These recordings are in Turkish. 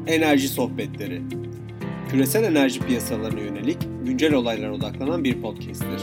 Enerji Sohbetleri. Küresel enerji piyasalarına yönelik güncel olaylara odaklanan bir podcast'tir.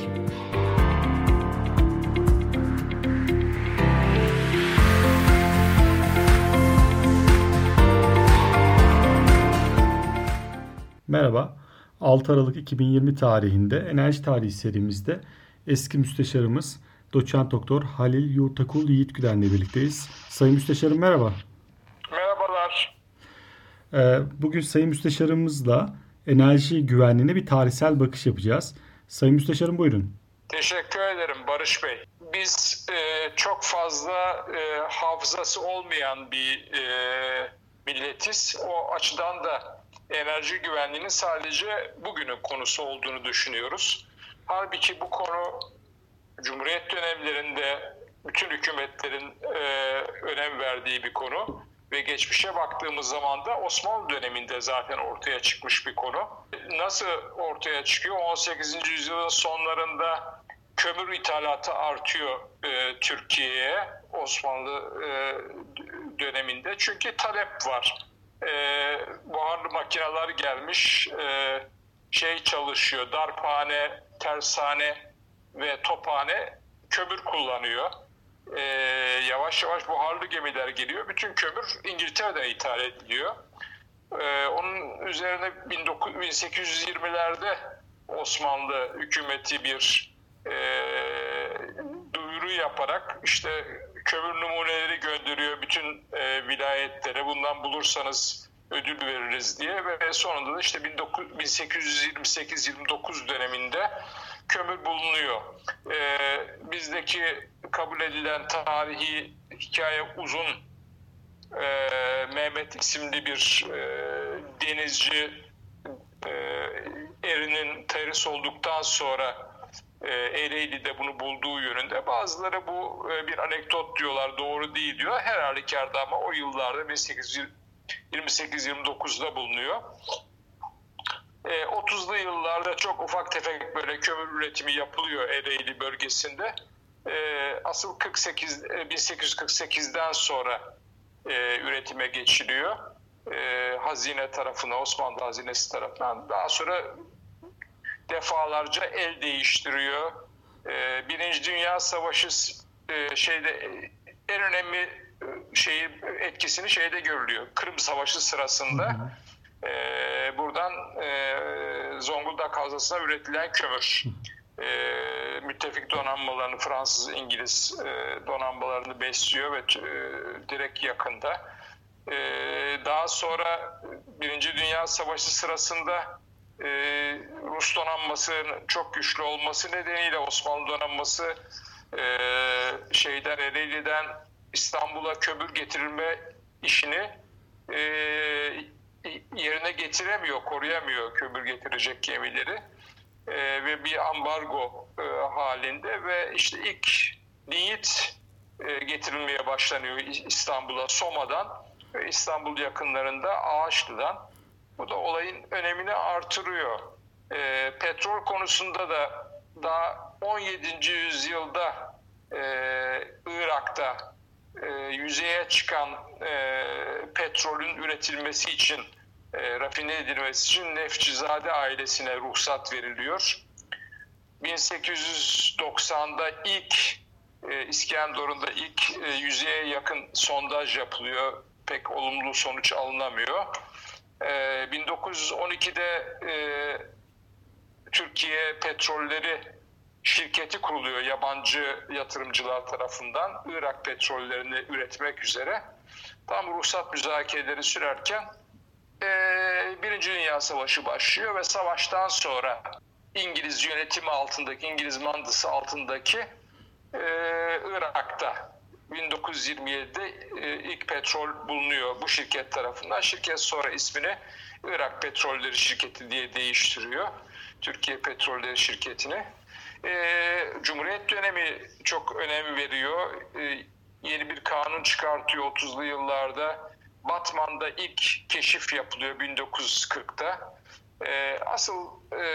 Merhaba, 6 Aralık 2020 tarihinde Enerji Tarihi serimizde eski müsteşarımız Doçent Doktor Halil Yurtakul Yiğitgüden'le birlikteyiz. Sayın Müsteşarım merhaba. Merhabalar. Bugün Sayın Müsteşarımızla enerji güvenliğine bir tarihsel bakış yapacağız. Sayın Müsteşarım buyurun. Teşekkür ederim Barış Bey. Biz çok fazla hafızası olmayan bir milletiz. O açıdan da enerji güvenliğinin sadece bugünün konusu olduğunu düşünüyoruz. Halbuki bu konu Cumhuriyet dönemlerinde bütün hükümetlerin önem verdiği bir konu ve geçmişe baktığımız zaman da Osmanlı döneminde zaten ortaya çıkmış bir konu. Nasıl ortaya çıkıyor? 18. yüzyılın sonlarında kömür ithalatı artıyor Türkiye'ye Osmanlı döneminde. Çünkü talep var. Buharlı makineler gelmiş, çalışıyor, darphane, tersane ve tophane kömür kullanıyor. Yavaş yavaş buharlı gemiler geliyor. Bütün kömür İngiltere'den ithal ediliyor. Onun üzerine 1820'lerde Osmanlı hükümeti bir duyuru yaparak işte kömür numuneleri gönderiyor bütün vilayetlere. Bundan bulursanız ödül veririz diye ve sonunda da işte 1828-29 döneminde kömür bulunuyor. Bizdeki kabul edilen tarihi hikaye uzun. Mehmet isimli bir denizci erinin terhis olduktan sonra Ereğli'de bunu bulduğu yönünde. Bazıları bu bir anekdot diyorlar, doğru değil diyor. Her halükarda ama o yıllarda 1828-29'da bulunuyor. 30'lu yıllarda çok ufak tefek böyle kömür üretimi yapılıyor Ereğli bölgesinde. Asıl 1848'den sonra üretime geçiliyor. Hazine tarafına, Osmanlı hazinesi tarafından. Daha sonra defalarca el değiştiriyor. Birinci Dünya Savaşı en önemli etkisini görülüyor. Kırım Savaşı sırasında buradan Zonguldak Havzası'na üretilen kömür. Müttefik donanmalarını, Fransız, İngiliz donanmalarını besliyor ve direkt yakında. Daha sonra Birinci Dünya Savaşı sırasında Rus donanmasının çok güçlü olması nedeniyle Osmanlı donanması Ereğli'den İstanbul'a kömür getirilme işini yerine getiremiyor, koruyamıyor kömür getirecek gemileri ve bir ambargo halinde ve işte ilk linyit getirilmeye başlanıyor İstanbul'a Soma'dan ve İstanbul yakınlarında Ağaçlı'dan. Bu da olayın önemini artırıyor. Petrol konusunda da daha 17. yüzyılda Irak'ta yüzeye çıkan petrolün üretilmesi için, rafine edilmesi için Nefçizade ailesine ruhsat veriliyor. 1890'da İskenderun'da ilk yüzeye yakın sondaj yapılıyor. Pek olumlu sonuç alınamıyor. 1912'de Türkiye Petrolleri şirketi kuruluyor yabancı yatırımcılar tarafından Irak petrollerini üretmek üzere. Tam ruhsat müzakereleri sürerken Birinci Dünya Savaşı başlıyor ve savaştan sonra İngiliz yönetimi altındaki, İngiliz mandası altındaki Irak'ta 1927'de ilk petrol bulunuyor bu şirket tarafından. Şirket sonra ismini Irak Petrolleri Şirketi diye değiştiriyor. Türkiye Petrolleri Şirketi'ni. Cumhuriyet dönemi çok önem veriyor. Yeni bir kanun çıkartıyor 30'lu yıllarda. Batman'da ilk keşif yapılıyor 1940'da. Asıl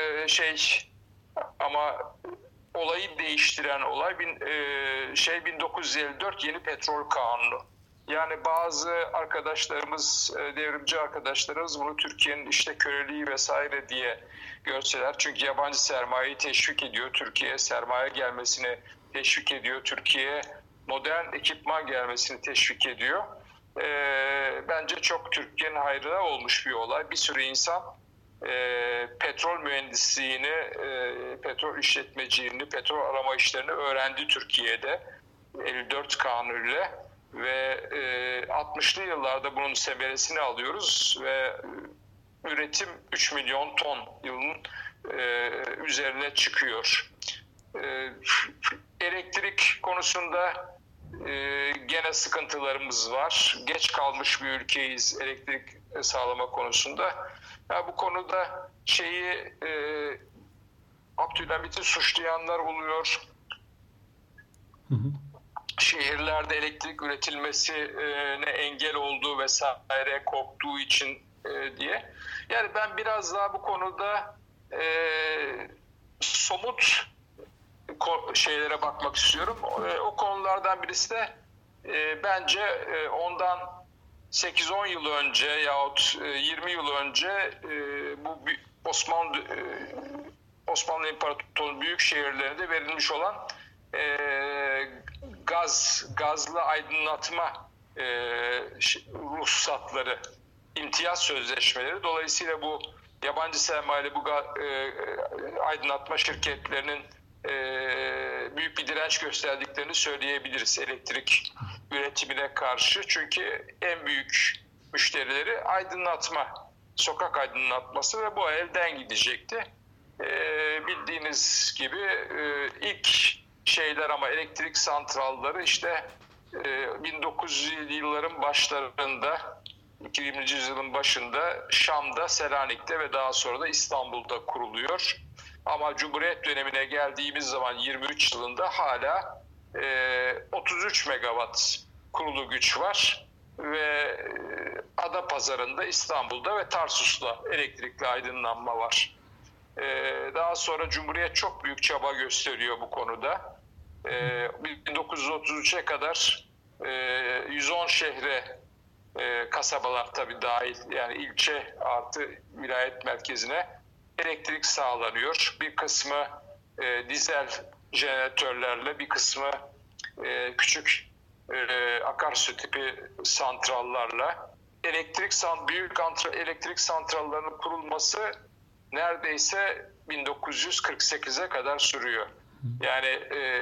ama olayı değiştiren olay 1954 yeni petrol kanunu. Yani bazı arkadaşlarımız, devrimci arkadaşlarımız bunu Türkiye'nin işte köleliği vesaire diye görseler. Çünkü yabancı sermayeyi teşvik ediyor. Türkiye'ye sermaye gelmesini teşvik ediyor. Türkiye'ye modern ekipman gelmesini teşvik ediyor. Bence çok Türkiye'nin hayrına olmuş bir olay. Bir sürü insan petrol mühendisliğini, petrol işletmeciliğini, petrol arama işlerini öğrendi Türkiye'de 54 kanunuyla ve 60'lı yıllarda bunun semeresini alıyoruz ve üretim 3 milyon ton yılın üzerine çıkıyor. Elektrik konusunda gene sıkıntılarımız var. Geç kalmış bir ülkeyiz elektrik sağlama konusunda. Bu konuda Abdülhamit'i suçlayanlar oluyor. Şehirlerde elektrik üretilmesine engel olduğu vesaire korktuğu için diye. Yani ben biraz daha bu konuda somut şeylere bakmak istiyorum. O konulardan birisi de bence ondan 8-10 yıl önce yahut 20 yıl önce bu Osmanlı İmparatorluğu'nun büyük şehirlerinde verilmiş olan gazlı aydınlatma ruhsatları, imtiyaz sözleşmeleri. Dolayısıyla bu yabancı sermayeli bu aydınlatma şirketlerinin büyük bir direnç gösterdiklerini söyleyebiliriz elektrik üretimine karşı. Çünkü en büyük müşterileri aydınlatma, sokak aydınlatması ve bu elden gidecekti. Bildiğiniz gibi ilk şeyler ama elektrik santralları işte 1900'lü yılların başlarında, 20. yüzyılın başında Şam'da, Selanik'te ve daha sonra da İstanbul'da kuruluyor. Ama Cumhuriyet dönemine geldiğimiz zaman 23 yılında hala 33 megawatt kurulu güç var ve Adapazarı'nda, İstanbul'da ve Tarsus'ta elektrikli aydınlanma var. Daha sonra Cumhuriyet çok büyük çaba gösteriyor bu konuda. 1933'e kadar 110 şehre, kasabalar tabii dahil, yani ilçe artı vilayet merkezine elektrik sağlanıyor. Bir kısmı dizel jeneratörlerle, bir kısmı küçük akarsu tipi santrallarla. Büyük elektrik santrallarının kurulması neredeyse 1948'e kadar sürüyor. Yani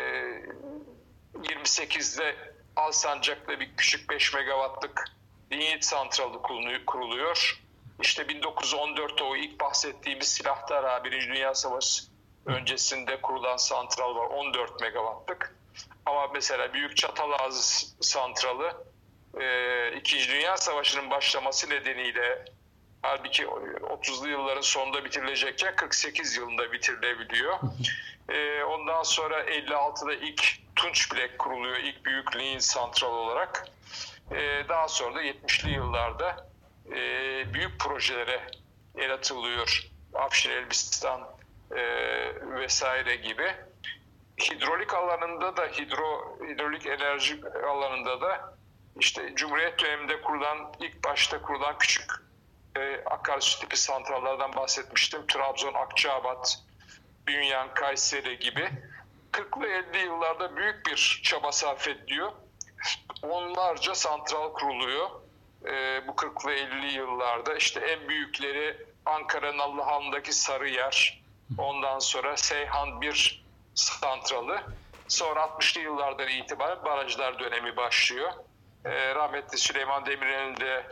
28'de Alsancak'ta bir küçük 5 megawattlık linyit santralı kuruluyor. İşte 1914'te o ilk bahsettiğimiz Silahtar 1. Dünya Savaşı öncesinde kurulan santral var, 14 megawattlık. Ama mesela Büyük Çatalazı santralı 2. Dünya Savaşı'nın başlaması nedeniyle, halbuki 30'lu yılların sonunda bitirilecekken 48 yılında bitirilebiliyor. Ondan sonra 56'da ilk Tunçbilek kuruluyor, ilk büyük linyit santral olarak. Daha sonra da 70'li yıllarda büyük projelere el atılıyor. Afşin Elbistan vesaire gibi. Hidrolik alanında da, hidrolik enerji alanında da işte Cumhuriyet döneminde ilk başta kurulan küçük akarsu tipi santrallardan bahsetmiştim. Trabzon, Akçaabat, Bünyan, Kayseri gibi. 40'lı 50'li yıllarda büyük bir çaba sarf ediliyor. Onlarca santral kuruluyor. Bu 40'lı 50'li yıllarda işte en büyükleri Ankara'nın Nallıhan'daki Sarıyer, ondan sonra Seyhan 1 santralı. Sonra 60'lı yıllardan itibaren barajlar dönemi başlıyor. Rahmetli Süleyman Demirel'in de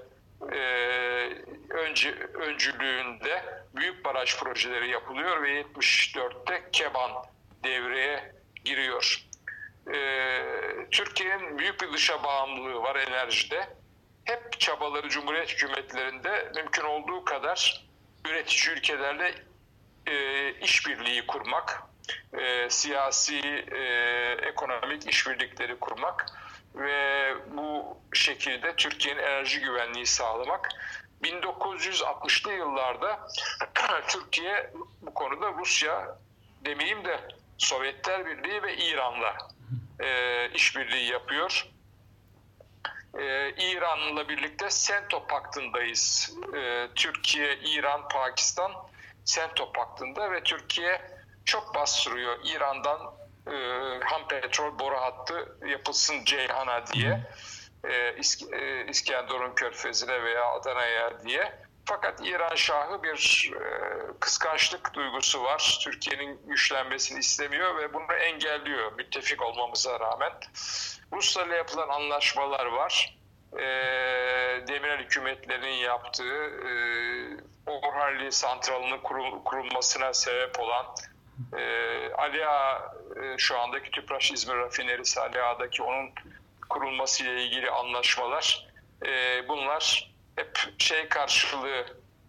öncülüğünde büyük baraj projeleri yapılıyor ve 74'te Keban devreye giriyor. Türkiye'nin büyük bir dışa bağımlılığı var enerjide. Hep çabaları Cumhuriyet hükümetlerinde mümkün olduğu kadar üretici ülkelerle işbirliği kurmak, siyasi, ekonomik işbirlikleri kurmak ve bu şekilde Türkiye'nin enerji güvenliği sağlamak. 1960'lı yıllarda Türkiye bu konuda Rusya demeyeyim de Sovyetler Birliği ve İran'la işbirliği yapıyor. İran'la birlikte SENTO Paktı'ndayız. Türkiye, İran, Pakistan SENTO Paktı'nda ve Türkiye çok bastırıyor İran'dan ham petrol boru hattı yapılsın Ceyhan'a diye, İskenderun Körfezi'ne veya Adana'ya diye. Fakat İran Şahı bir kıskançlık duygusu var. Türkiye'nin güçlenmesini istemiyor ve bunu engelliyor müttefik olmamıza rağmen. Ruslarla yapılan anlaşmalar var. Demirel hükümetlerinin yaptığı Orhaneli Santralı'nın kurulmasına sebep olan Ali Ağa, şu andaki Tüpraş İzmir Rafinerisi Ali Ağa'daki onun kurulması ile ilgili anlaşmalar, bunlar hep karşılığı,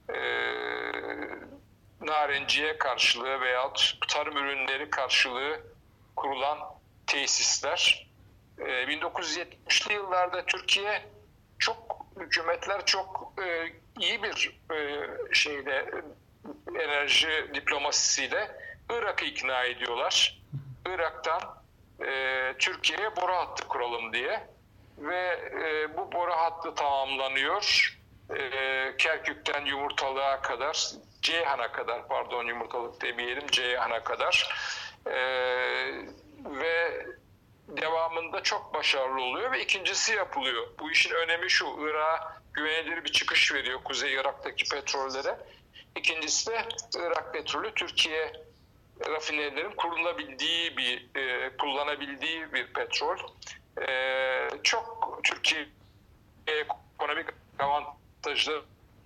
narenciye karşılığı veyahut tarım ürünleri karşılığı kurulan tesisler. 1970'li yıllarda Türkiye hükümetler çok iyi bir enerji diplomasisiyle Irak'ı ikna ediyorlar. Irak'tan Türkiye'ye boru hattı kuralım diye ve bu boru hattı tamamlanıyor. Kerkük'ten Yumurtalık'a kadar, Yumurtalık demeyelim, Ceyhan'a kadar ve devamında çok başarılı oluyor ve ikincisi yapılıyor. Bu işin önemi şu: Irak'a güvenilir bir çıkış veriyor Kuzey Irak'taki petrollere. İkincisi de Irak petrolü Türkiye rafinerilerin kullanabildiği bir petrol. Çok Türkiye ekonomik avantajları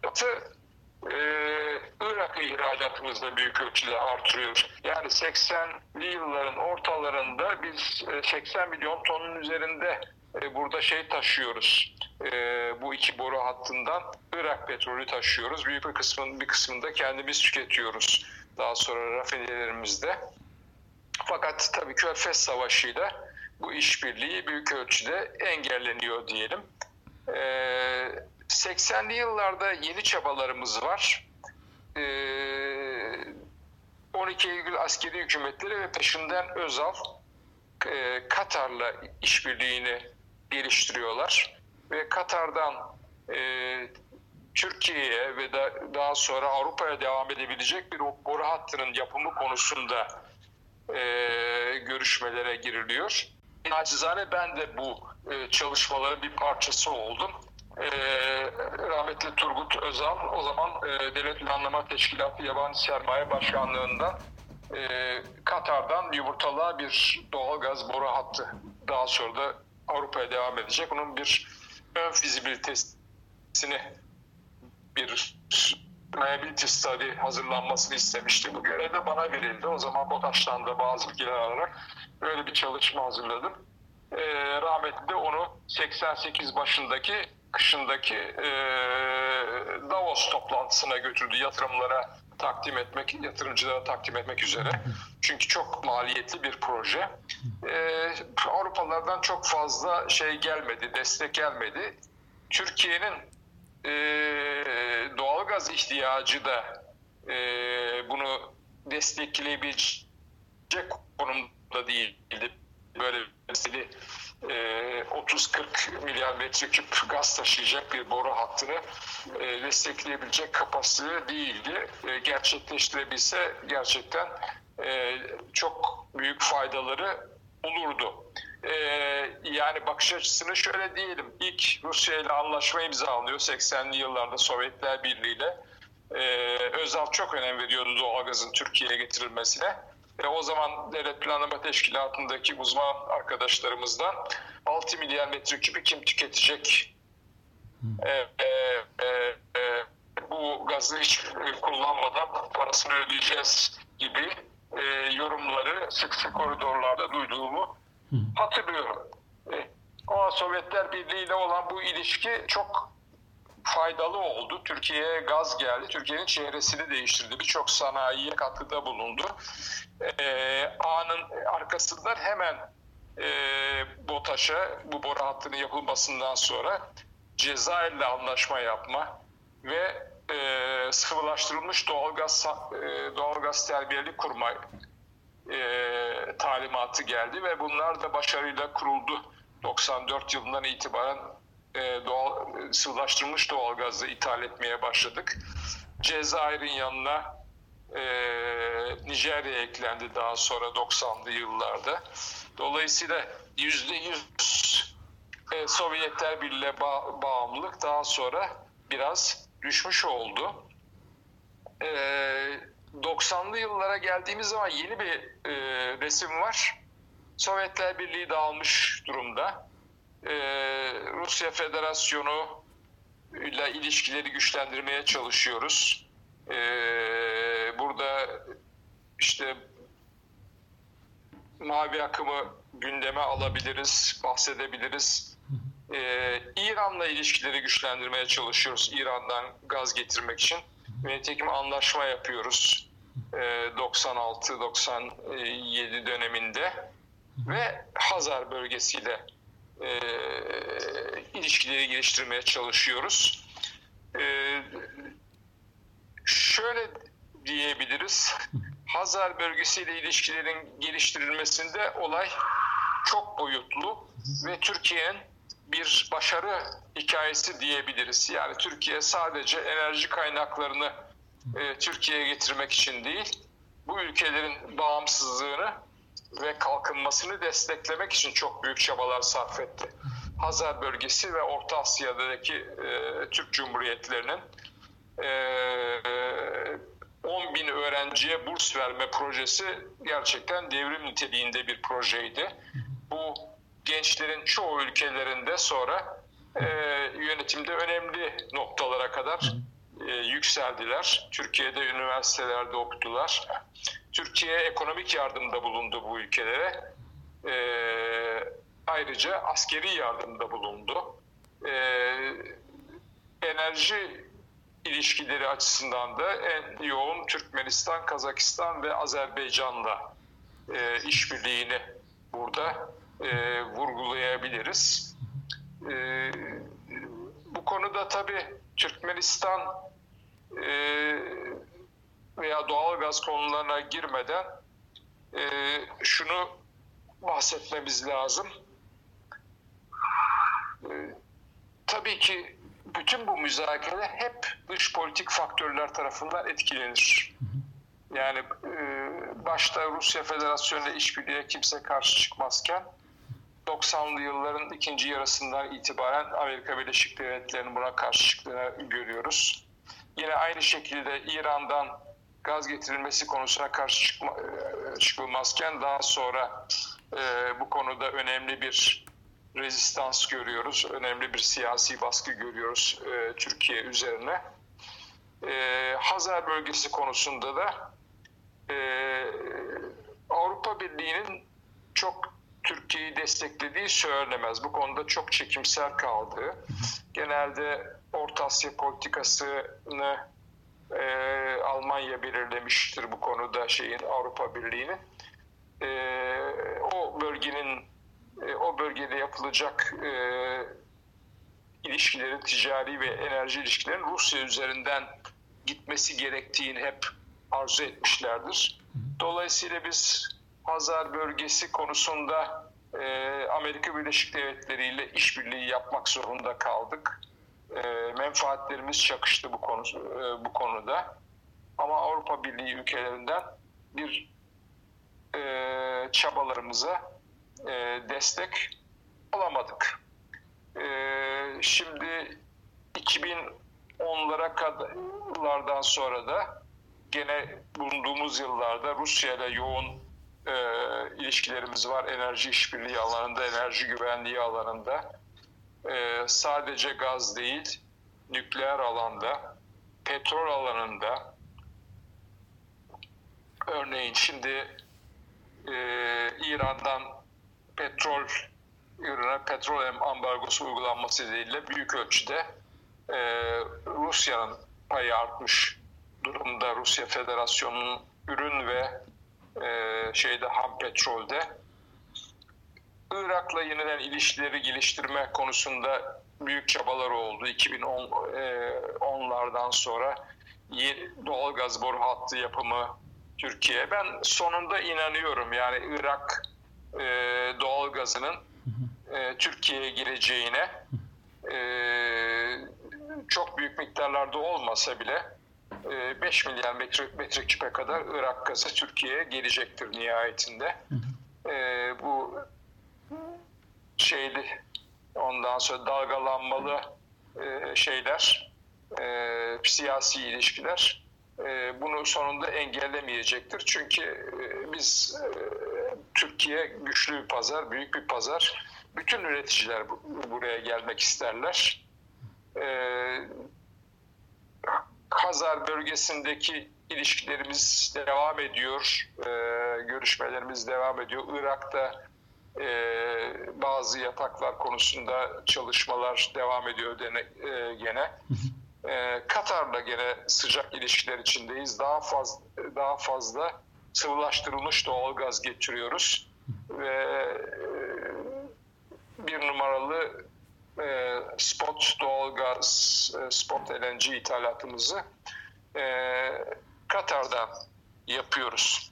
Irak ihracatımızda büyük ölçüde artırıyor. Yani 80'li yılların ortalarında biz 80 milyon tonun üzerinde burada taşıyoruz. Bu iki boru hattından Irak petrolü taşıyoruz. Büyük bir kısmını da kendimiz tüketiyoruz. Daha sonra rafinerilerimizde. Fakat tabii Körfez Savaşı'yla bu işbirliği büyük ölçüde engelleniyor diyelim. 80'li yıllarda yeni çabalarımız var. 12 Eylül askeri hükümetleri ve peşinden Özal Katar'la işbirliğini geliştiriyorlar. Ve Katar'dan Türkiye'ye ve daha sonra Avrupa'ya devam edebilecek bir boru hattının yapımı konusunda görüşmelere giriliyor. Naçizane ben de bu çalışmaların bir parçası oldum. Rahmetli Turgut Özal o zaman Devlet Planlama Teşkilatı Yabancı Sermaye Başkanlığı'ndan Katar'dan Yumurtalık'a bir doğalgaz boru hattı, daha sonra da Avrupa'ya devam edecek. Onun bir ön fizibilitesini, bir viability study hazırlanmasını istemişti. Bu görev de bana verildi. O zaman BOTAŞ'tan da bazı bilgiler alarak böyle bir çalışma hazırladım. Rahmetli de onu 88 kışındaki Davos toplantısına götürdü, yatırımcılara takdim etmek üzere. Çünkü çok maliyetli bir proje. Avrupalılardan çok fazla destek gelmedi. Türkiye'nin doğalgaz ihtiyacı da bunu destekleyebilecek konumda değildi. Böyle mesela 30-40 milyar metreküp gaz taşıyacak bir boru hattını destekleyebilecek kapasite değildi. Gerçekleştirebilse gerçekten çok büyük faydaları olurdu. Yani bakış açısını şöyle diyelim: İlk Rusya ile anlaşma imzalanıyor 80'li yıllarda Sovyetler Birliği ile. Özal çok önem veriyordu doğalgazın Türkiye'ye getirilmesine. O zaman Devlet Planlama Teşkilatı'ndaki uzman arkadaşlarımızdan 6 milyar metreküpü kim tüketecek? Bu gazı hiç kullanmadan parasını ödeyeceğiz gibi yorumları sık sık koridorlarda duyduğumu hatırlıyorum. Ama Sovyetler Birliği ile olan bu ilişki çok faydalı oldu. Türkiye'ye gaz geldi. Türkiye'nin çehresini değiştirdi. Birçok sanayiye katkıda bulundu. Ağa'nın arkasından hemen BOTAŞ'a, bu boru hattının yapılmasından sonra Cezayir'le anlaşma yapma ve sıvılaştırılmış doğalgaz terbiyeli kurma talimatı geldi ve bunlar da başarıyla kuruldu. 94 yılından itibaren sıvılaştırılmış doğalgazı ithal etmeye başladık. Cezayir'in yanına Nijerya eklendi daha sonra 90'lı yıllarda. Dolayısıyla %100 Sovyetler Birliği'ne bağımlılık daha sonra biraz düşmüş oldu. 90'lı yıllara geldiğimiz zaman yeni bir resim var. Sovyetler Birliği dağılmış durumda. Rusya Federasyonu ile ilişkileri güçlendirmeye çalışıyoruz. Burada işte mavi akımı gündeme alabiliriz, bahsedebiliriz. İran'la ilişkileri güçlendirmeye çalışıyoruz. İran'dan gaz getirmek için. Nitekim anlaşma yapıyoruz 96-97 döneminde ve Hazar bölgesiyle ilişkileri geliştirmeye çalışıyoruz. Şöyle diyebiliriz, Hazar bölgesiyle ilişkilerin geliştirilmesinde olay çok boyutlu ve Türkiye'nin bir başarı hikayesi diyebiliriz. Yani Türkiye sadece enerji kaynaklarını Türkiye'ye getirmek için değil, bu ülkelerin bağımsızlığını ve kalkınmasını desteklemek için çok büyük çabalar sarf etti. Hazar bölgesi ve Orta Asya'daki Türk Cumhuriyetlerinin 10.000 öğrenciye burs verme projesi gerçekten devrim niteliğinde bir projeydi. Bu gençlerin çoğu ülkelerinde sonra yönetimde önemli noktalara kadar yükseldiler. Türkiye'de üniversitelerde okudular. Türkiye ekonomik yardımda bulundu bu ülkelere. Ayrıca askeri yardımda bulundu. Enerji ilişkileri açısından da en yoğun Türkmenistan, Kazakistan ve Azerbaycan'la işbirliğini burada vurgulayabiliriz. Bu konuda tabii Türkmenistan veya doğalgaz konularına girmeden şunu bahsetmemiz lazım. Tabii ki bütün bu müzakere hep dış politik faktörler tarafından etkilenir. Yani başta Rusya Federasyonu ile işbirliğine kimse karşı çıkmazken 90'lı yılların ikinci yarısından itibaren Amerika Birleşik Devletleri'nin buna karşı çıktığını görüyoruz. Yine aynı şekilde İran'dan gaz getirilmesi konusuna karşı çıkılmazken daha sonra bu konuda önemli bir rezistans görüyoruz. Önemli bir siyasi baskı görüyoruz Türkiye üzerine. Hazar bölgesi konusunda da Avrupa Birliği'nin çok Türkiye'yi desteklediği söylenemez. Bu konuda çok çekimser kaldığı, genelde Orta Asya politikasını Almanya belirlemiştir bu konuda Avrupa Birliği'nin. O bölgede yapılacak ilişkilerin, ticari ve enerji ilişkilerin Rusya üzerinden gitmesi gerektiğini hep arzu etmişlerdir. Dolayısıyla biz Hazar bölgesi konusunda Amerika Birleşik Devletleri ile işbirliği yapmak zorunda kaldık. Menfaatlerimiz çakıştı bu konuda. Ama Avrupa Birliği ülkelerinden bir çabalarımıza destek alamadık. Şimdi 2010'lardan sonra da gene bulunduğumuz yıllarda Rusya ile yoğun ilişkilerimiz var. Enerji işbirliği alanında, enerji güvenliği alanında. Sadece gaz değil, nükleer alanda, petrol alanında. Örneğin şimdi İran'dan petrol ambargosu uygulanması nedeniyle büyük ölçüde Rusya'nın payı artmış durumda. Rusya Federasyonu'nun ürün ve ham petrolde. Irak'la yeniden ilişkileri geliştirme konusunda büyük çabalar oldu. 2010'lardan sonra doğalgaz boru hattı yapımı Türkiye. Ben sonunda inanıyorum yani Irak doğalgazının Türkiye'ye gireceğine çok büyük miktarlarda olmasa bile 5 milyar metreküpe kadar Irak gazı Türkiye'ye gelecektir nihayetinde. Bu ondan sonra dalgalanmalı şeyler, siyasi ilişkiler bunu sonunda engellemeyecektir. Çünkü biz Türkiye güçlü bir pazar, büyük bir pazar. Bütün üreticiler buraya gelmek isterler. Hazar bölgesindeki ilişkilerimiz devam ediyor, görüşmelerimiz devam ediyor. Irak'ta bazı yataklar konusunda çalışmalar devam ediyor gene. Katar'la gene sıcak ilişkiler içindeyiz. Daha fazla sıvılaştırılmış doğalgaz getiriyoruz ve bir numaralı spot doğalgaz, spot LNG ithalatımızı Katar'dan yapıyoruz.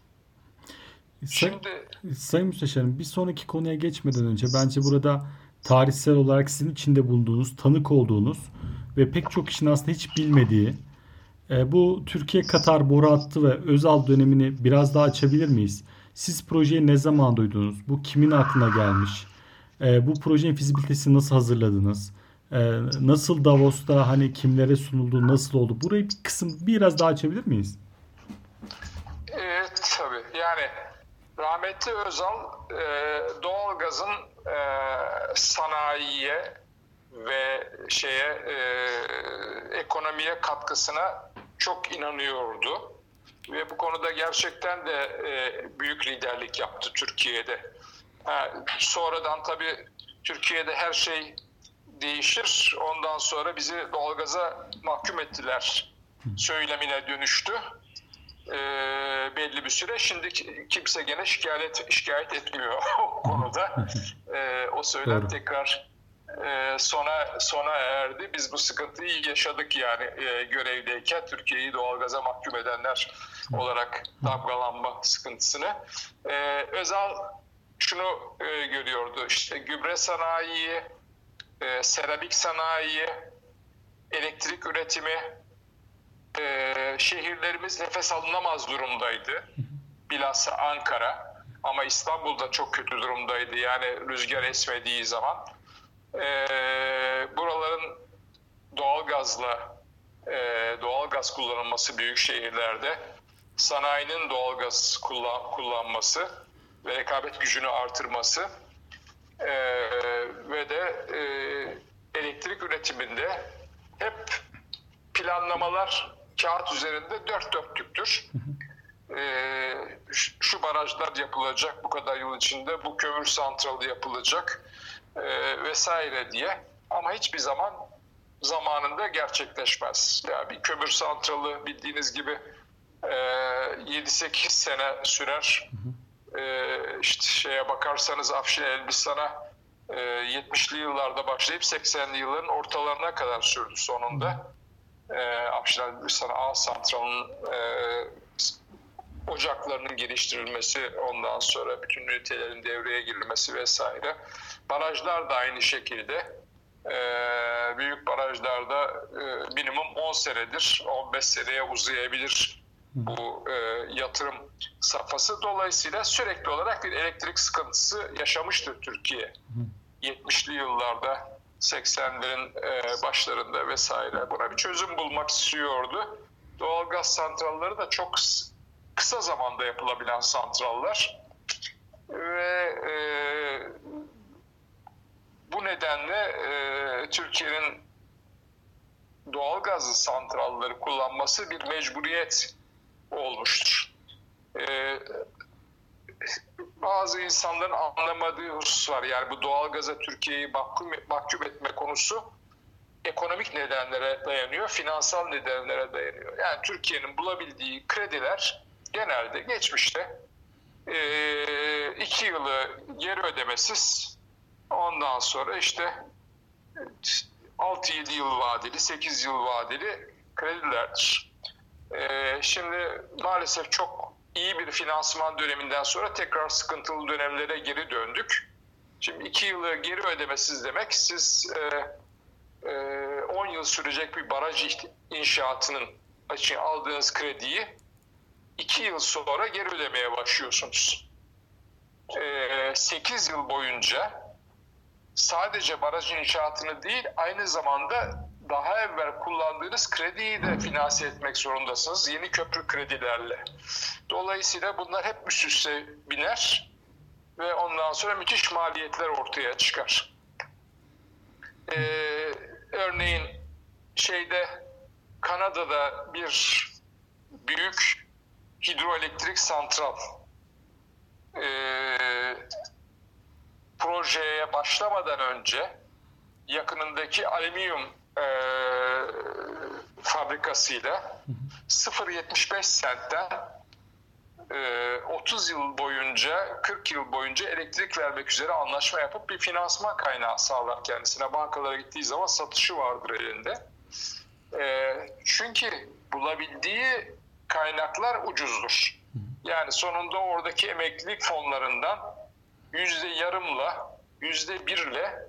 Sayın Müsteşarım, bir sonraki konuya geçmeden önce bence burada tarihsel olarak sizin içinde bulunduğunuz, tanık olduğunuz ve pek çok kişinin aslında hiç bilmediği bu Türkiye-Katar boru hattı ve Özal dönemini biraz daha açabilir miyiz? Siz projeyi ne zaman duydunuz? Bu kimin aklına gelmiş? Bu projenin fizibilitesini nasıl hazırladınız? Nasıl Davos'ta kimlere sunuldu, nasıl oldu? Burayı bir kısım biraz daha açabilir miyiz? Evet, tabii. Yani rahmetli Özal doğalgazın sanayiye ve ekonomiye katkısına çok inanıyordu. Ve bu konuda gerçekten de büyük liderlik yaptı Türkiye'de. Sonradan tabii Türkiye'de her şey değişir. Ondan sonra bizi doğalgaza mahkum ettiler söylemine dönüştü. Belli bir süre. Şimdi kimse gene şikayet etmiyor o konuda. O söylem tekrar sona erdi. Biz bu sıkıntıyı yaşadık yani görevdeyken Türkiye'yi doğalgaza mahkum edenler olarak damgalanma sıkıntısını. Özal şunu görüyordu. İşte gübre sanayi, seramik sanayi, elektrik üretimi, şehirlerimiz nefes alınamaz durumdaydı. Bilhassa Ankara, ama İstanbul'da çok kötü durumdaydı. Yani rüzgar esmediği zaman. Buraların doğalgaz kullanılması büyük şehirlerde, sanayinin doğalgaz kullanması ve rekabet gücünü artırması ve de elektrik üretiminde hep planlamalar kağıt üzerinde dört dörtlüktür. Şu barajlar yapılacak bu kadar yıl içinde, bu kömür santralı yapılacak vesaire diye, ama hiçbir zaman zamanında gerçekleşmez. Yani bir kömür santralı bildiğiniz gibi 7-8 sene sürer. İşte bakarsanız Afşin Elbistan'a 70'li yıllarda başlayıp 80'li yılların ortalarına kadar sürdü sonunda. Afşin Elbistan A santralının ocaklarının geliştirilmesi, ondan sonra bütün ünitelerin devreye girilmesi vesaire. Barajlar da aynı şekilde. Büyük barajlarda minimum 10 senedir, 15 seneye uzayabilir bu yatırım safhası. Dolayısıyla sürekli olarak bir elektrik sıkıntısı yaşamıştır Türkiye. 70'li yıllarda, 80'lerin başlarında vesaire. Buna bir çözüm bulmak istiyordu. Doğalgaz santralleri de çok kısa zamanda yapılabilen santraller ve bu nedenle Türkiye'nin doğalgaz santralleri kullanması bir mecburiyet olmuştur. Bazı insanların anlamadığı husus var. Yani bu doğalgaza Türkiye'yi mahkum etme konusu ekonomik nedenlere dayanıyor, finansal nedenlere dayanıyor. Yani Türkiye'nin bulabildiği krediler genelde geçmişte 2 yılı geri ödemesiz, ondan sonra işte 6-7 yıl vadeli, 8 yıl vadeli kredilerdir. Şimdi maalesef çok iyi bir finansman döneminden sonra tekrar sıkıntılı dönemlere geri döndük. Şimdi 2 yılı geri ödemesiz demek, siz 10 yıl sürecek bir baraj inşaatının için aldığınız krediyi 2 yıl sonra geri ödemeye başlıyorsunuz. 8 yıl boyunca sadece baraj inşaatını değil, aynı zamanda daha evvel kullandığınız krediyi de finanse etmek zorundasınız yeni köprü kredilerle. Dolayısıyla bunlar hep üst üste biner ve ondan sonra müthiş maliyetler ortaya çıkar. Örneğin Kanada'da bir büyük hidroelektrik santral projeye başlamadan önce yakınındaki alüminyum fabrikasıyla 0,75 sentten 30 yıl boyunca, 40 yıl boyunca elektrik vermek üzere anlaşma yapıp bir finansman kaynağı sağlar kendisine. Bankalara gittiği zaman satışı vardır elinde. Çünkü bulabildiği kaynaklar ucuzdur. Yani sonunda oradaki emeklilik fonlarından %0,5'la, %1'le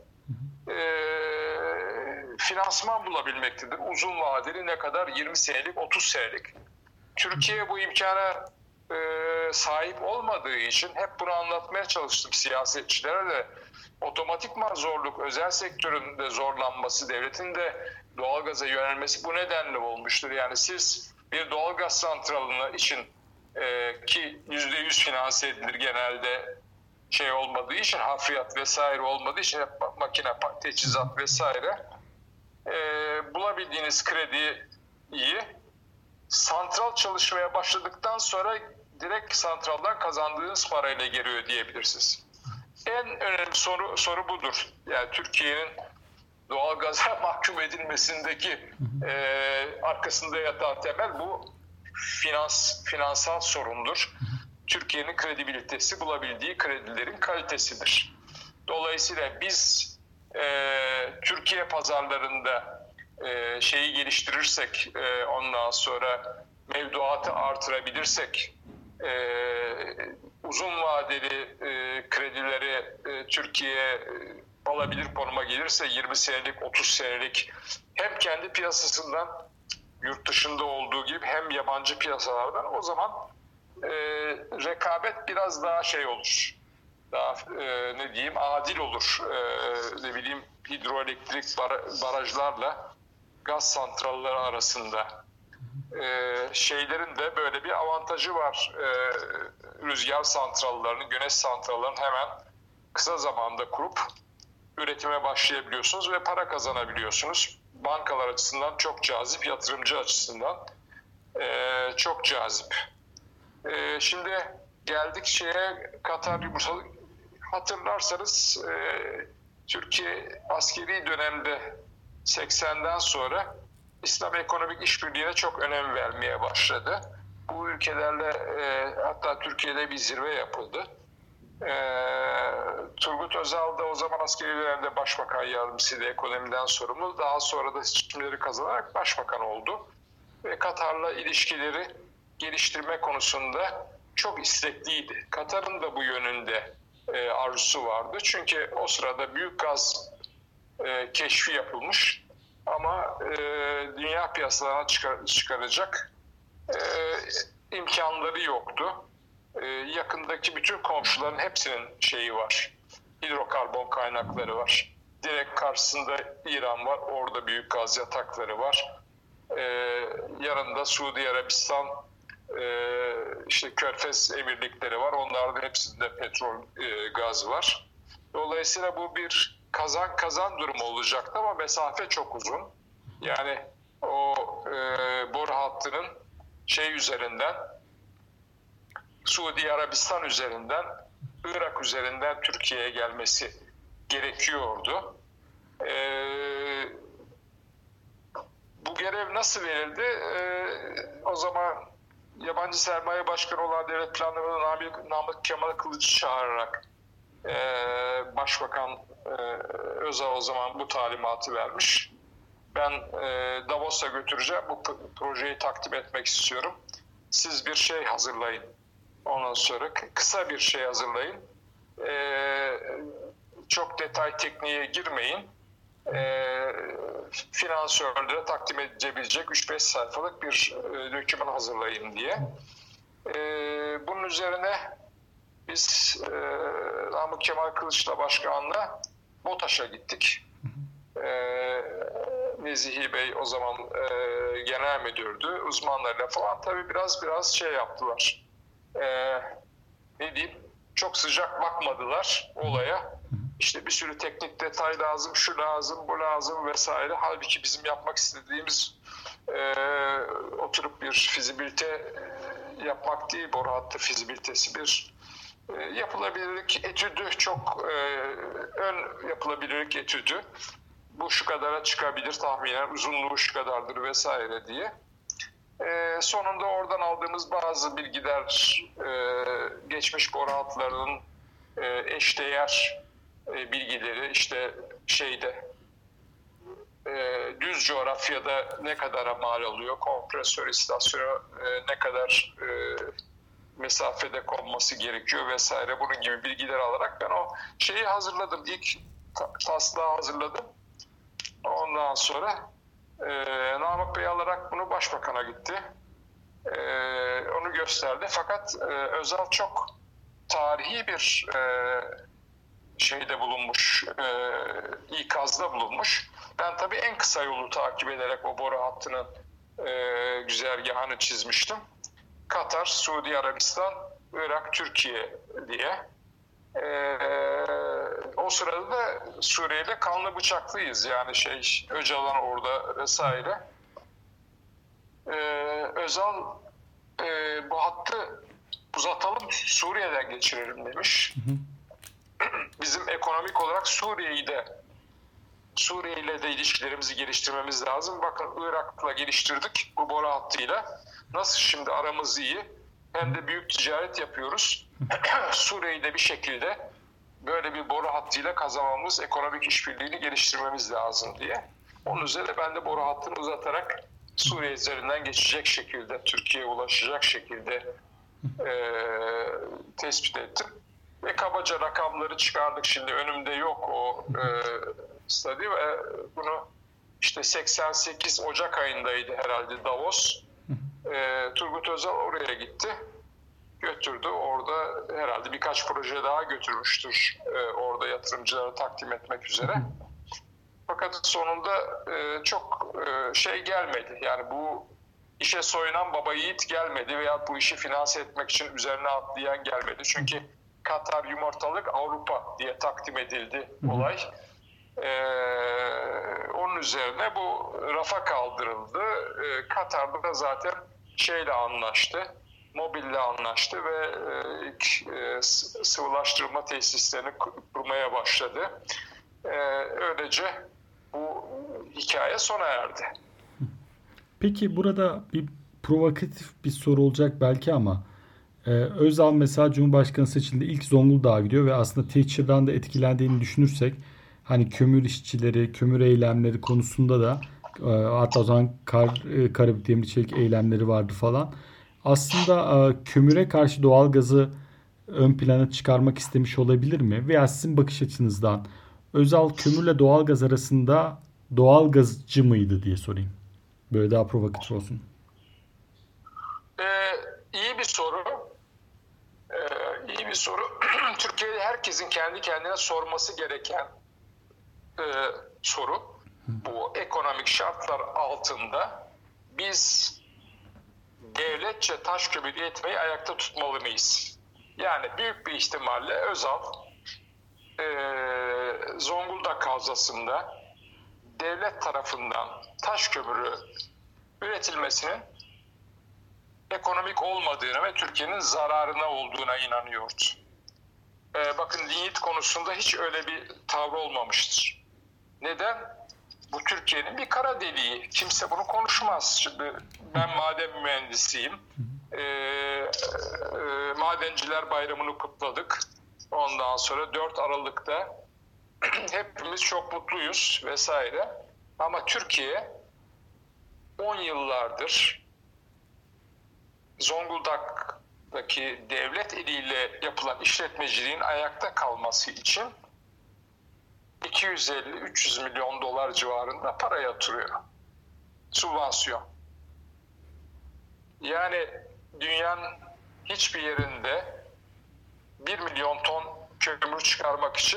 finansman bulabilmektedir. Uzun vadeli ne kadar? 20 senelik, 30 senelik. Türkiye bu imkana sahip olmadığı için hep bunu anlatmaya çalıştım siyasetçilere de. Otomatikman zorluk, özel sektörün de zorlanması, devletin de doğalgaza yönelmesi bu nedenle olmuştur. Yani siz bir doğalgaz santralını için ki %100 finanse edilir genelde olmadığı için, hafriyat vesaire olmadığı için hep makine, teçhizat vesaire bulabildiğiniz krediyi santral çalışmaya başladıktan sonra direkt santraldan kazandığınız parayla geri ödeyebilirsiniz. En önemli soru budur. Yani Türkiye'nin doğalgaza mahkum edilmesindeki arkasında yatan temel bu finansal sorundur. Türkiye'nin kredibilitesi bulabildiği kredilerin kalitesidir. Dolayısıyla biz Türkiye pazarlarında geliştirirsek, ondan sonra mevduatı artırabilirsek, uzun vadeli kredileri Türkiye alabilir konuma gelirse 20 senelik, 30 senelik hem kendi piyasasından yurt dışında olduğu gibi hem yabancı piyasalardan o zaman rekabet biraz daha olur. Daha adil olur. Hidroelektrik barajlarla gaz santralleri arasında. Şeylerin de böyle bir avantajı var. Rüzgar santrallarını, güneş santrallarını hemen kısa zamanda kurup üretime başlayabiliyorsunuz ve para kazanabiliyorsunuz. Bankalar açısından çok cazip, yatırımcı açısından çok cazip. Şimdi geldik Katar yumurtalık. Hatırlarsanız Türkiye askeri dönemde 80'den sonra İslam Ekonomik İşbirliği'ne çok önem vermeye başladı. Bu ülkelerle hatta Türkiye'de bir zirve yapıldı. Turgut Özal da o zaman askeri dönemde başbakan yardımcısıydı, ekonomiden sorumlu. Daha sonra da seçimleri kazanarak başbakan oldu. Ve Katar'la ilişkileri geliştirme konusunda çok istekliydi. Katar'ın da bu yönünde arzusu vardı. Çünkü o sırada büyük gaz keşfi yapılmış ama dünya piyasalarına çıkaracak imkanları yoktu. Yakındaki bütün komşuların hepsinin var. Hidrokarbon kaynakları var. Direkt karşısında İran var. Orada büyük gaz yatakları var. Yanında Suudi Arabistan, Körfez emirlikleri var. Onların hepsinde petrol, gaz var. Dolayısıyla bu bir kazan durumu olacaktı ama mesafe çok uzun. Yani o boru hattının üzerinden, Suudi Arabistan üzerinden, Irak üzerinden Türkiye'ye gelmesi gerekiyordu. Bu görev nasıl verildi? O zaman yabancı sermaye başkanı olan Devlet Planlama Namık Kemal Kılıç'ı çağırarak Başbakan Özal o zaman bu talimatı vermiş. Ben Davos'a götüreceğim, bu projeyi takdim etmek istiyorum. Siz bir hazırlayın. Ondan sonra kısa bir hazırlayın. Çok detay tekniğe girmeyin. finansörlere takdim edebilecek 3-5 sayfalık bir doküman hazırlayayım diye. Bunun üzerine biz Namık Kemal Kılıç'la başkanla BOTAŞ'a gittik. Nezihi Bey o zaman genel müdürdü. Uzmanlarıyla falan tabii biraz şey yaptılar. Ne diyeyim? Çok sıcak bakmadılar olaya. İşte bir sürü teknik detay lazım, şu lazım, bu lazım vesaire. Halbuki bizim yapmak istediğimiz oturup bir fizibilite yapmak değil, boru hattı fizibilitesi bir yapılabilirlik etüdü, çok ön yapılabilirlik etüdü. Bu şu kadara çıkabilir tahminen, uzunluğu şu kadardır vesaire diye. Sonunda oradan aldığımız bazı bilgiler, geçmiş boru hatlarının eşdeğer bilgileri, işte düz coğrafyada ne kadara mal oluyor, kompresör istasyonu ne kadar mesafede konması gerekiyor vesaire, bunun gibi bilgiler alarak ben o şeyi hazırladım. İlk taslağı hazırladım. Ondan sonra Namık Bey alarak bunu başbakana gitti. Onu gösterdi. Fakat Özal çok tarihi bir şeyde bulunmuş, ikazda bulunmuş. Ben tabii en kısa yolu takip ederek o boru hattının güzergahını çizmiştim. Katar, Suudi Arabistan, Irak, Türkiye diye. O sırada da Suriye'yle kanlı bıçaklıyız. Yani Öcalan orada vesaire. Özal bu hattı uzatalım, Suriye'den geçirelim demiş. Bizim ekonomik olarak Suriye ile de ilişkilerimizi geliştirmemiz lazım. Bakın Irak'la geliştirdik bu boru hattıyla. Nasıl şimdi aramız iyi, hem de büyük ticaret yapıyoruz. Suriye'yi de bir şekilde böyle bir boru hattıyla kazanmamız, ekonomik işbirliğini geliştirmemiz lazım diye. Onun üzerine ben de boru hattını uzatarak Suriye üzerinden geçecek şekilde, Türkiye'ye ulaşacak şekilde tespit ettim. Ve kabaca rakamları çıkardık. Şimdi önümde yok o study ve bunu işte 88 Ocak ayındaydı herhalde Davos. Turgut Özal oraya gitti. Götürdü. Orada herhalde birkaç proje daha götürmüştür. Orada yatırımcılara takdim etmek üzere. Fakat sonunda çok gelmedi. Yani bu işe soyunan baba yiğit gelmedi veya bu işi finanse etmek için üzerine atlayan gelmedi. Çünkü Katar yumurtalık Avrupa diye takdim edildi olay. Onun üzerine bu rafa kaldırıldı. Katar'da da zaten anlaştı. Mobil'le anlaştı ve ilk sıvılaştırma tesislerini kurmaya başladı. Öylece bu hikaye sona erdi. Peki burada bir provokatif bir soru olacak belki ama Özal mesela Cumhurbaşkanı seçildiğinde ilk Zonguldak'a gidiyor ve aslında Thatcher'dan da etkilendiğini düşünürsek hani kömür işçileri, kömür eylemleri konusunda da hatta o zaman Karabük Demir Çelik eylemleri vardı falan. Aslında kömüre karşı doğalgazı ön plana çıkarmak istemiş olabilir mi? Veya sizin bakış açınızdan Özal kömürle doğalgaz arasında doğalgazcı mıydı diye sorayım. Böyle daha provokatif olsun. İyi bir soru. İyi bir soru. Türkiye'de herkesin kendi kendine sorması gereken soru. Bu ekonomik şartlar altında biz devletçe taş kömür üretmeyi ayakta tutmalı mıyız? Yani büyük bir ihtimalle Özal Zonguldak Havzası'nda devlet tarafından taş kömürü üretilmesinin ekonomik olmadığına ve Türkiye'nin zararına olduğuna inanıyordu. Bakın linyit konusunda hiç öyle bir tavrı olmamıştır. Neden? Bu Türkiye'nin bir kara deliği. Kimse bunu konuşmaz. Şimdi ben maden mühendisiyim. Madenciler Bayramı'nı kutladık. Ondan sonra 4 Aralık'ta hepimiz çok mutluyuz vesaire. Ama Türkiye 10 yıllardır Zonguldak'taki devlet eliyle yapılan işletmeciliğin ayakta kalması için 250-300 milyon dolar civarında para yatırıyor. Sübvansiyon. Yani dünyanın hiçbir yerinde 1 milyon ton kömür çıkarmak için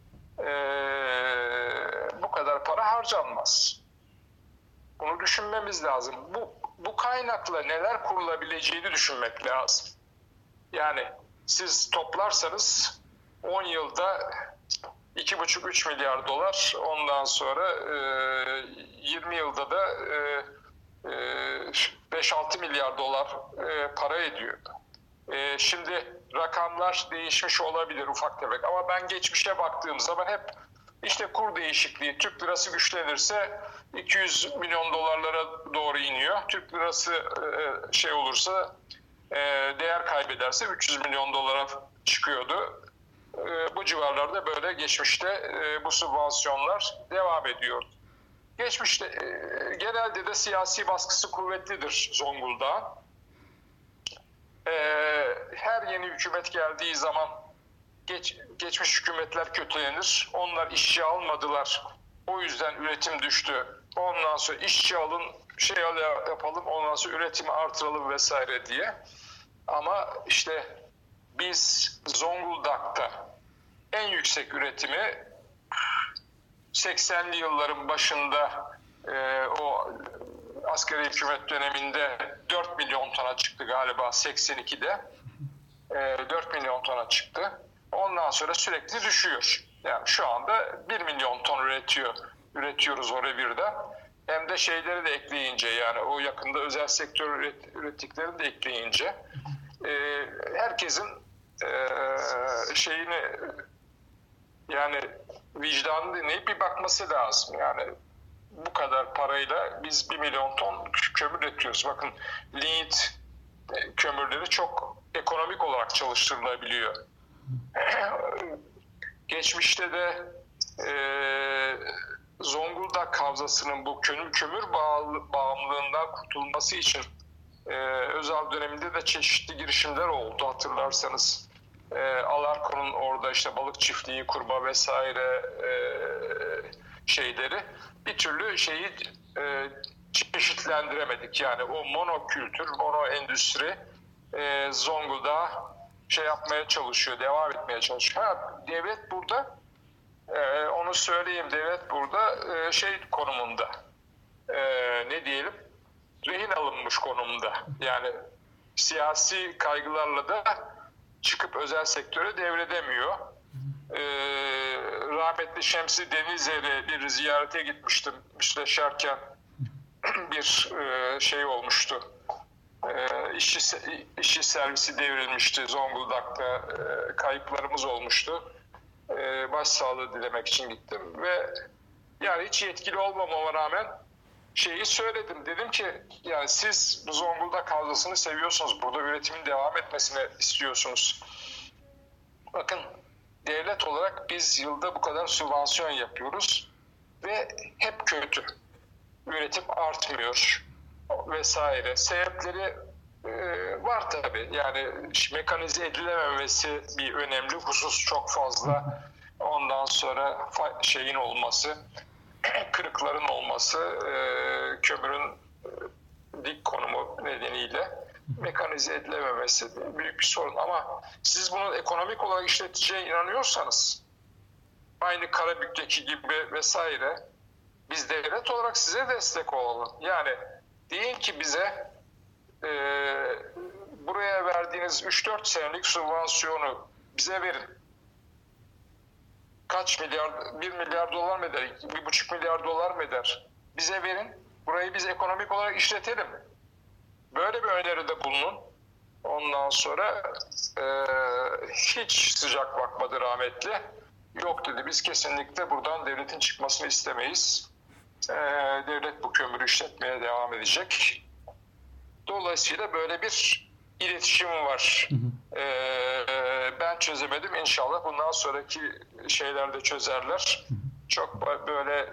bu kadar para harcanmaz. Bunu düşünmemiz lazım. Bu kaynakla neler kurulabileceğini düşünmek lazım. Yani siz toplarsanız 10 yılda 2,5-3 milyar dolar, ondan sonra 20 yılda da 5-6 milyar dolar para ediyor. Şimdi rakamlar değişmiş olabilir ufak tefek ama ben geçmişe baktığım zaman hep işte kur değişikliği, Türk lirası güçlenirse 200 milyon dolarlara doğru iniyor. Türk lirası olursa değer kaybederse 300 milyon dolara çıkıyordu. Bu civarlarda böyle geçmişte bu sübvansiyonlar devam ediyor. Geçmişte genelde de siyasi baskısı kuvvetlidir Zonguldak'ın. Her yeni hükümet geldiği zaman geçmiş hükümetler kötülenir. Onlar işçi almadılar. O yüzden üretim düştü. Ondan sonra işçi alın, yapalım, ondan sonra üretimi artıralım vesaire diye. Ama işte biz Zonguldak'ta en yüksek üretimi 80'li yılların başında o asgari hükümet döneminde 4 milyon tona çıktı galiba 82'de. 4 milyon tona çıktı. Ondan sonra sürekli düşüyor. Yani şu anda 1 milyon ton üretiyoruz o revirde. Hem de şeyleri de ekleyince, yani o yakında özel sektör ürettiklerini de ekleyince herkesin yani vicdanını dinleyip bir bakması lazım. Yani bu kadar parayla biz 1 milyon ton kömür üretiyoruz. Bakın lignit kömürleri çok ekonomik olarak çalıştırılabiliyor. Geçmişte de Zonguldak Havzası'nın bu kömür bağımlılığından kurtulması için özel döneminde de çeşitli girişimler oldu hatırlarsanız. Alarko'nun orada işte balık çiftliği kurma vesaire bir türlü çeşitlendiremedik. Yani o monokültür, mono endüstri Zonguldak'a yapmaya çalışıyor, devam etmeye çalışıyor. Devlet burada, onu söyleyeyim, devlet burada konumunda, ne diyelim, rehin alınmış konumda. Yani siyasi kaygılarla da çıkıp özel sektöre devredemiyor. Rahmetli Şemsi Denizer'i bir ziyarete gitmiştim müsteşarken, bir olmuştu. İşçi servisi devrilmişti Zonguldak'ta, kayıplarımız olmuştu. Başsağlığı dilemek için gittim ve yani hiç yetkili olmamama rağmen söyledim. Dedim ki yani siz bu Zonguldak Havzası'nı seviyorsunuz, burada üretimin devam etmesini istiyorsunuz. Bakın, devlet olarak biz yılda bu kadar sübvansiyon yapıyoruz ve hep kötü. Üretim artmıyor vesaire. Sebepleri var tabii. Yani mekanize edilememesi bir önemli husus, çok fazla. Ondan sonra olması, kırıkların olması, kömürün dik konumu nedeniyle mekanize edilememesi büyük bir sorun. Ama siz bunu ekonomik olarak işleteceğine inanıyorsanız, aynı Karabük'teki gibi vesaire, biz devlet olarak size destek olalım. Yani deyin ki bize buraya verdiğiniz 3-4 senelik sübvansiyonu bize verin. Kaç milyar, 1 milyar dolar mı eder, 1,5 milyar dolar mı eder? Bize verin, burayı biz ekonomik olarak işletelim. Böyle bir öneride bulunun. Ondan sonra hiç sıcak bakmadı rahmetli. Yok dedi, biz kesinlikle buradan devletin çıkmasını istemeyiz. Devlet bu kömürü işletmeye devam edecek. Dolayısıyla böyle bir iletişim var. Ben çözemedim. İnşallah bundan sonraki şeyler de çözerler. Çok böyle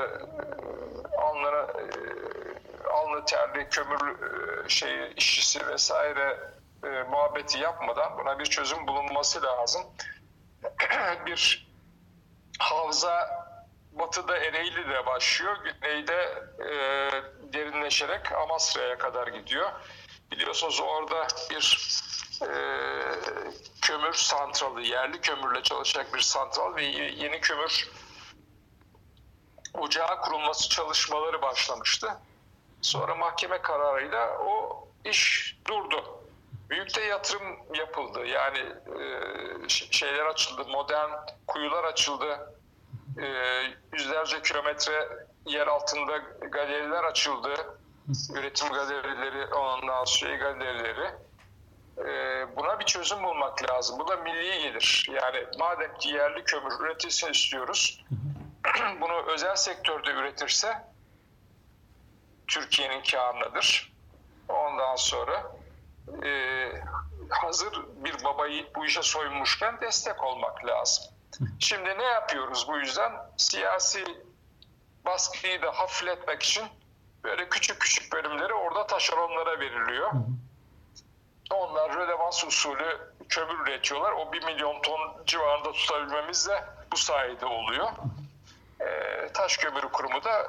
alnı terli kömür işçisi vesaire muhabbeti yapmadan buna bir çözüm bulunması lazım. Bir havza batıda Ereğli'de başlıyor, güneyde derinleşerek Amasra'ya kadar gidiyor. Biliyorsunuz orada bir kömür santralı, yerli kömürle çalışacak bir santral ve yeni kömür ocağı kurulması çalışmaları başlamıştı. Sonra mahkeme kararıyla o iş durdu. Büyük de yatırım yapıldı. Yani şeyler açıldı, modern kuyular açıldı. Yüzlerce kilometre yer altında galeriler açıldı. Üretim galerileri, ondan sonra galerileri. Buna bir çözüm bulmak lazım. Bu da milli gelir. Yani madem ki yerli kömür üretilsin istiyoruz, bunu özel sektörde üretirse Türkiye'nin kârınadır. Ondan sonra hazır bir babayı bu işe soyunmuşken destek olmak lazım. Şimdi ne yapıyoruz bu yüzden? Siyasi baskıyı da hafifletmek için böyle küçük küçük bölümleri orada taşeronlara veriliyor. Onlar rödevans usulü kömür üretiyorlar. O 1 milyon ton civarında tutabilmemiz de bu sayede oluyor. Taş Kömürü Kurumu da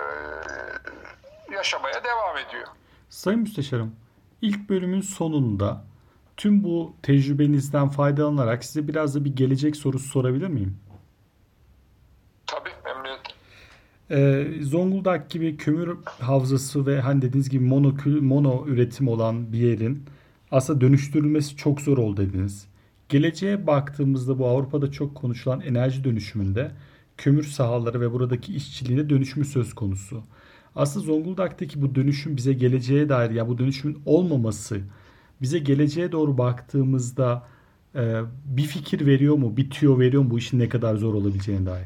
yaşamaya devam ediyor. Sayın Müsteşarım, ilk bölümün sonunda tüm bu tecrübenizden faydalanarak size biraz da bir gelecek sorusu sorabilir miyim? Tabii, memnuniyetle. Zonguldak gibi kömür havzası ve hani dediğiniz gibi mono üretim olan bir yerin aslında dönüştürülmesi çok zor oldu dediniz. Geleceğe baktığımızda bu Avrupa'da çok konuşulan enerji dönüşümünde kömür sahaları ve buradaki işçiliğine dönüşümü söz konusu. Aslında Zonguldak'taki bu dönüşüm bize geleceğe dair, ya bu dönüşümün olmaması bize geleceğe doğru baktığımızda bir fikir veriyor mu, bir tüyo veriyor mu bu işin ne kadar zor olabileceğine dair?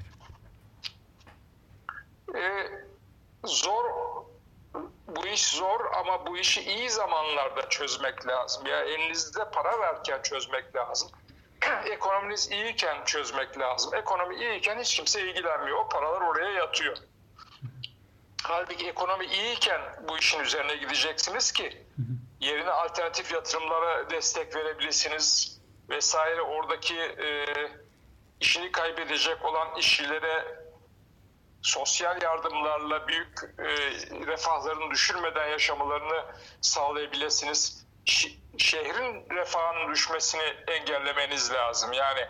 Zor, bu iş zor ama bu işi iyi zamanlarda çözmek lazım. Ya elinizde para varken çözmek lazım. Ekonominiz iyiyken çözmek lazım. Ekonomi iyiyken hiç kimse ilgilenmiyor. O paralar oraya yatıyor. Halbuki ekonomi iyiyken bu işin üzerine gideceksiniz ki yerine alternatif yatırımlara destek verebilirsiniz vesaire. Oradaki işini kaybedecek olan işçilere sosyal yardımlarla büyük refahlarını düşürmeden yaşamalarını sağlayabilirsiniz. Şehrin refahının düşmesini engellemeniz lazım. Yani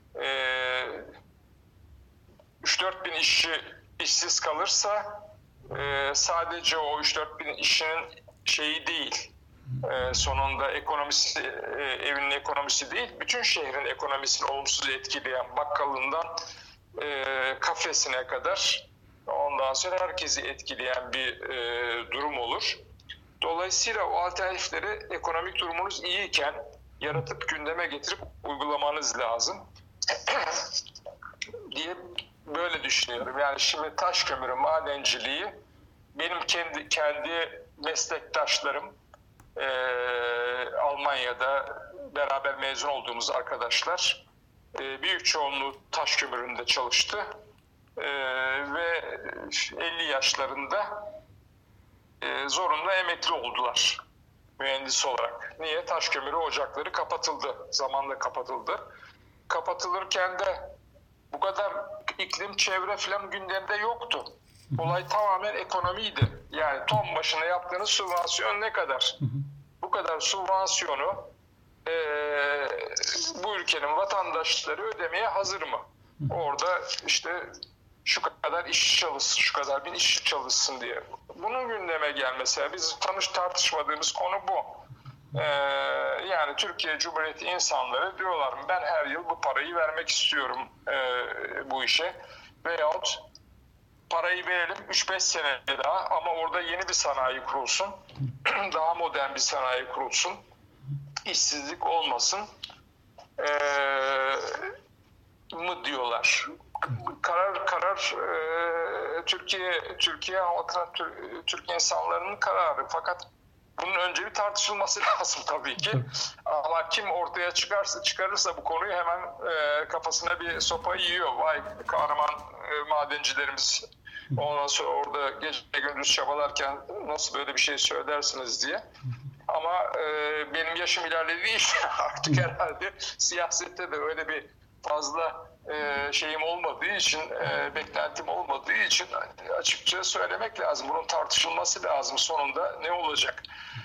3-4 bin işçi işsiz kalırsa sadece o 3-4 bin işçinin şeyi değil. Sonunda ekonomisi, evinin ekonomisi değil, bütün şehrin ekonomisini olumsuz etkileyen bakkalından kafesine kadar ondan sonra herkesi etkileyen bir durum olur. Dolayısıyla o alternatifleri ekonomik durumunuz iyiyken yaratıp gündeme getirip uygulamanız lazım diye böyle düşünüyorum. Yani şimdi taş kömürü madenciliği benim kendi meslektaşlarım Almanya'da beraber mezun olduğumuz arkadaşlar büyük çoğunluğu taş kömüründe çalıştı ve 50 yaşlarında zorunlu emekli oldular mühendis olarak. Niye? Taş kömürü ocakları kapatıldı. Zamanla kapatıldı. Kapatılırken de bu kadar iklim, çevre filan gündemde yoktu. Olay tamamen ekonomiydi. Yani ton başına yaptığınız sübvansiyon ne kadar? Bu kadar sübvansiyonu bu ülkenin vatandaşları ödemeye hazır mı? Orada işte şu kadar işçi çalışsın, şu kadar bin işçi çalışsın diye. Bunun gündeme gelmesi, biz tartışmadığımız konu bu. Yani Türkiye Cumhuriyeti insanları diyorlar ben her yıl bu parayı vermek istiyorum bu işe. Veyahut parayı verelim 3-5 sene daha ama orada yeni bir sanayi kurulsun. Daha modern bir sanayi kurulsun. İşsizlik olmasın mı diyorlar. Karar Türkiye halkına, Türkiye insanlarının kararı. Fakat bunun önce bir tartışılması lazım tabii ki. Ama kim ortaya çıkarırsa bu konuyu hemen kafasına bir sopa yiyor. Vay kahraman madencilerimiz ondan sonra orada gece gündüz çabalarken nasıl böyle bir şey söylersiniz diye. Ama benim yaşım ilerlediği için artık herhalde siyasette de öyle bir fazla şeyim olmadığı için, beklentim olmadığı için açıkça söylemek lazım. Bunun tartışılması lazım. Sonunda ne olacak?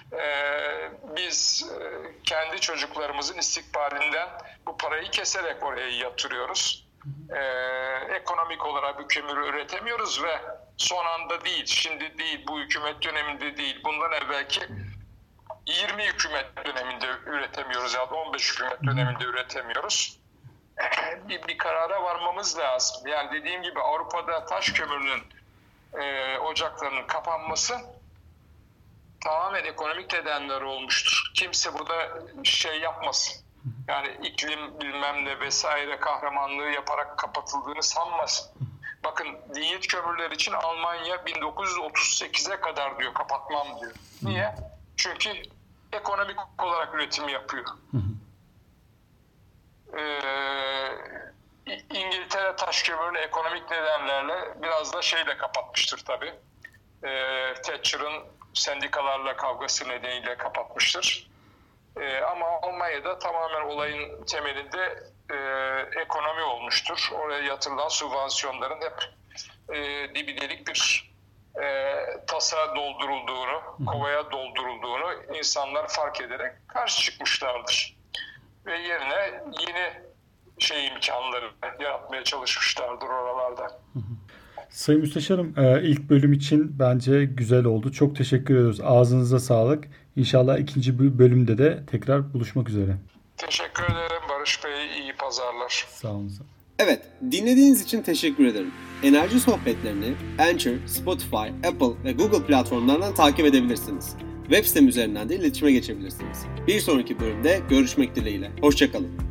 Biz kendi çocuklarımızın istikbalinden bu parayı keserek oraya yatırıyoruz. Ekonomik olarak bu kömürü üretemiyoruz ve son anda değil, şimdi değil, bu hükümet döneminde değil, bundan evvelki 20 hükümet döneminde üretemiyoruz ya da 15 hükümet döneminde üretemiyoruz. Bir karara varmamız lazım. Yani dediğim gibi Avrupa'da taş kömürünün ocaklarının kapanması tamamen ekonomik nedenler olmuştur. Kimse burada şey yapmasın. Yani iklim bilmem ne vesaire kahramanlığı yaparak kapatıldığını sanmasın. Bakın linyit kömürler için Almanya 1938'e kadar diyor kapatmam diyor. Niye? Çünkü ekonomik olarak üretim yapıyor. İngiltere taş kömürünü ekonomik nedenlerle biraz da şeyle kapatmıştır tabii. Thatcher'ın sendikalarla kavgası nedeniyle kapatmıştır. Ama Almanya'da tamamen olayın temelinde ekonomi olmuştur. Oraya yatırılan sübvansiyonların hep dibidelik bir tasa doldurulduğunu, kovaya doldurulduğunu insanlar fark ederek karşı çıkmışlardır. Ve yerine yeni imkanları yaratmaya çalışmışlardır oralarda. Sayın Müsteşarım, ilk bölüm için bence güzel oldu. Çok teşekkür ediyoruz. Ağzınıza sağlık. İnşallah ikinci bölümde de tekrar buluşmak üzere. Teşekkür ederim Barış Bey. İyi pazarlar. Sağ olun. Evet, dinlediğiniz için teşekkür ederim. Enerji sohbetlerini Anchor, Spotify, Apple ve Google platformlarından takip edebilirsiniz. Web sitem üzerinden de iletişime geçebilirsiniz. Bir sonraki bölümde görüşmek dileğiyle. Hoşça kalın.